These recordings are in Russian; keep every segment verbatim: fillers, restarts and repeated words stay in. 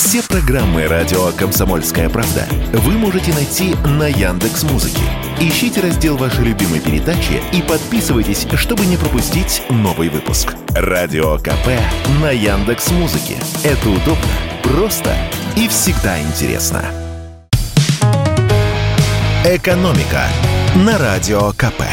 Все программы радио «Комсомольская правда» вы можете найти на Яндекс.Музыке. Ищите раздел вашей любимой передачи и подписывайтесь, чтобы не пропустить новый выпуск. Радио КП на Яндекс.Музыке. Это удобно, просто и всегда интересно. «Экономика» на Радио КП.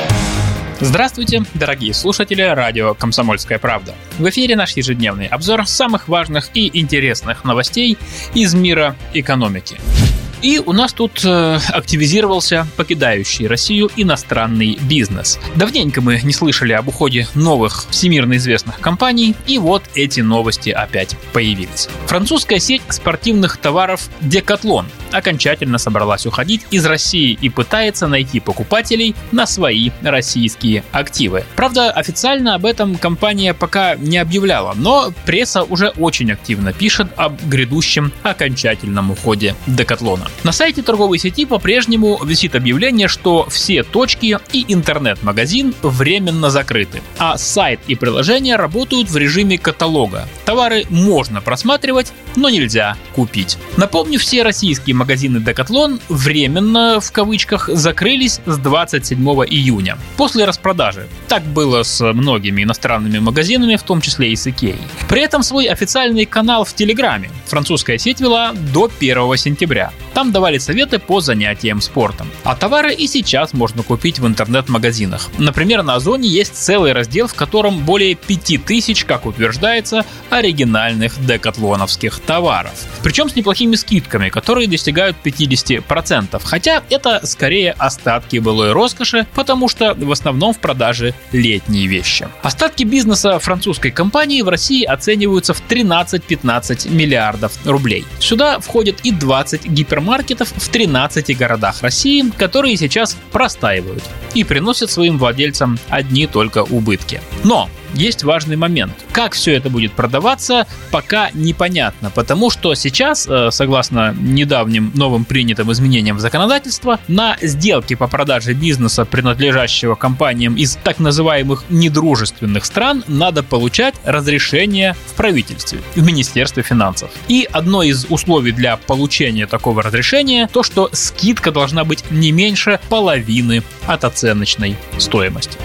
Здравствуйте, дорогие слушатели радио «Комсомольская правда». В эфире наш ежедневный обзор самых важных и интересных новостей из мира экономики. И у нас тут э, активизировался покидающий Россию иностранный бизнес. Давненько мы не слышали об уходе новых всемирно известных компаний, и вот эти новости опять появились. Французская сеть спортивных товаров Decathlon окончательно собралась уходить из России и пытается найти покупателей на свои российские активы. Правда, официально об этом компания пока не объявляла, но пресса уже очень активно пишет об грядущем окончательном уходе Decathlon. На сайте торговой сети по-прежнему висит объявление, что все точки и интернет-магазин временно закрыты, а сайт и приложение работают в режиме каталога. Товары можно просматривать, но нельзя купить. Напомню, все российские магазины Decathlon временно, в кавычках, закрылись с двадцать седьмого июня, после распродажи. Так было с многими иностранными магазинами, в том числе и с Икеей. При этом свой официальный канал в Телеграме французская сеть вела до первого сентября. Там давали советы по занятиям спортом. А товары и сейчас можно купить в интернет-магазинах. Например, на Озоне есть целый раздел, в котором более пяти тысяч, как утверждается, оригинальных декатлоновских товаров. Причем с неплохими скидками, которые достигают пятьдесят процентов. Хотя это скорее остатки былой роскоши, потому что в основном в продаже летние вещи. Остатки бизнеса французской компании в России оцениваются в тринадцать-пятнадцать миллиардов рублей. Сюда входят и двадцать гипермаркетов в тринадцати городах России, которые сейчас простаивают и приносят своим владельцам одни только убытки. Но есть важный момент. Как все это будет продаваться, пока непонятно, потому что сейчас, согласно недавним новым принятым изменениям в законодательство, на сделки по продаже бизнеса, принадлежащего компаниям из так называемых недружественных стран, надо получать разрешение в правительстве, в Министерстве финансов. И одно из условий для получения такого разрешения то, что скидка должна быть не меньше половины от оценочной стоимости.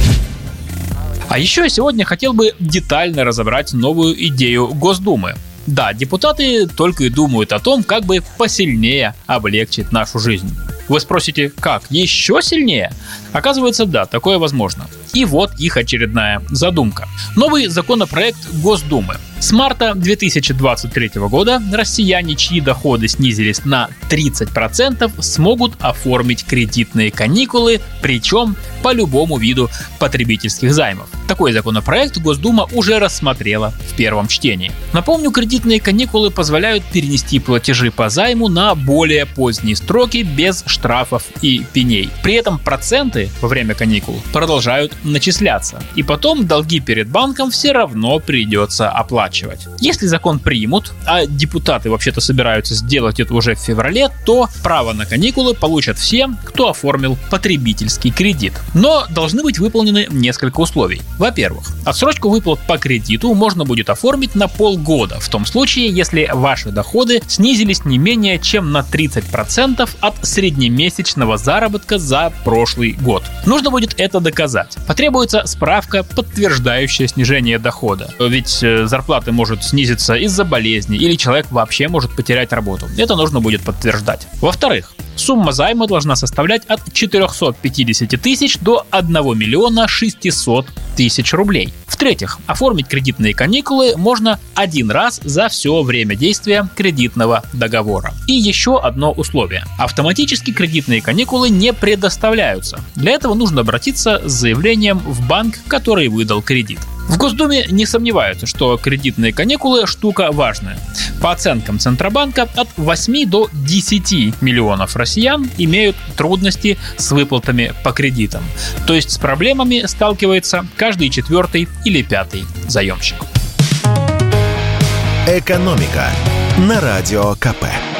А еще я сегодня хотел бы детально разобрать новую идею Госдумы. Да, депутаты только и думают о том, как бы посильнее облегчить нашу жизнь. Вы спросите, как? Еще сильнее? Оказывается, да, такое возможно. И вот их очередная задумка. Новый законопроект Госдумы. С марта две тысячи двадцать третьего года россияне, чьи доходы снизились на тридцать процентов, смогут оформить кредитные каникулы, причем по любому виду потребительских займов. Такой законопроект Госдума уже рассмотрела в первом чтении. Напомню, кредитные каникулы позволяют перенести платежи по займу на более поздние сроки без штрафов и пеней. При этом проценты во время каникул продолжают начисляться, и потом долги перед банком все равно придется оплачивать. Если закон примут, а депутаты вообще-то собираются сделать это уже в феврале, то право на каникулы получат все, кто оформил потребительский кредит. Но должны быть выполнены несколько условий. Во-первых, отсрочку выплат по кредиту можно будет оформить на полгода, в том случае, если ваши доходы снизились не менее чем на тридцать процентов от среднемесячного заработка за прошлый год. Нужно будет это доказать. Потребуется справка, подтверждающая снижение дохода. Ведь зарплата может снизиться из-за болезни, или человек вообще может потерять работу. Это нужно будет подтверждать. Во-вторых, сумма займа должна составлять от четырехсот пятидесяти тысяч до одного миллиона шестисот тысяч рублей. В-третьих, оформить кредитные каникулы можно один раз за все время действия кредитного договора. И еще одно условие. Автоматически кредитные каникулы не предоставляются. Для этого нужно обратиться с заявлением в банк, который выдал кредит. В Госдуме не сомневаются, что кредитные каникулы – штука важная. По оценкам Центробанка, от восьми до десяти миллионов россиян имеют трудности с выплатами по кредитам. То есть с проблемами сталкивается каждый четвертый или пятый заемщик. «Экономика» на Радио КП.